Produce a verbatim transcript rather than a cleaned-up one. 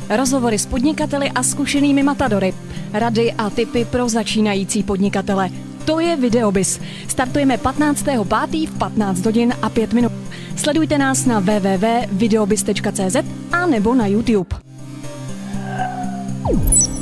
Rozhovory s podnikateli a zkušenými matadory. Rady a tipy pro začínající podnikatele. To je Videobiz. Startujeme patnáctého pátého v patnáct hodin a pět minut. Sledujte nás na w w w tečka videobiz tečka cz a nebo na YouTube.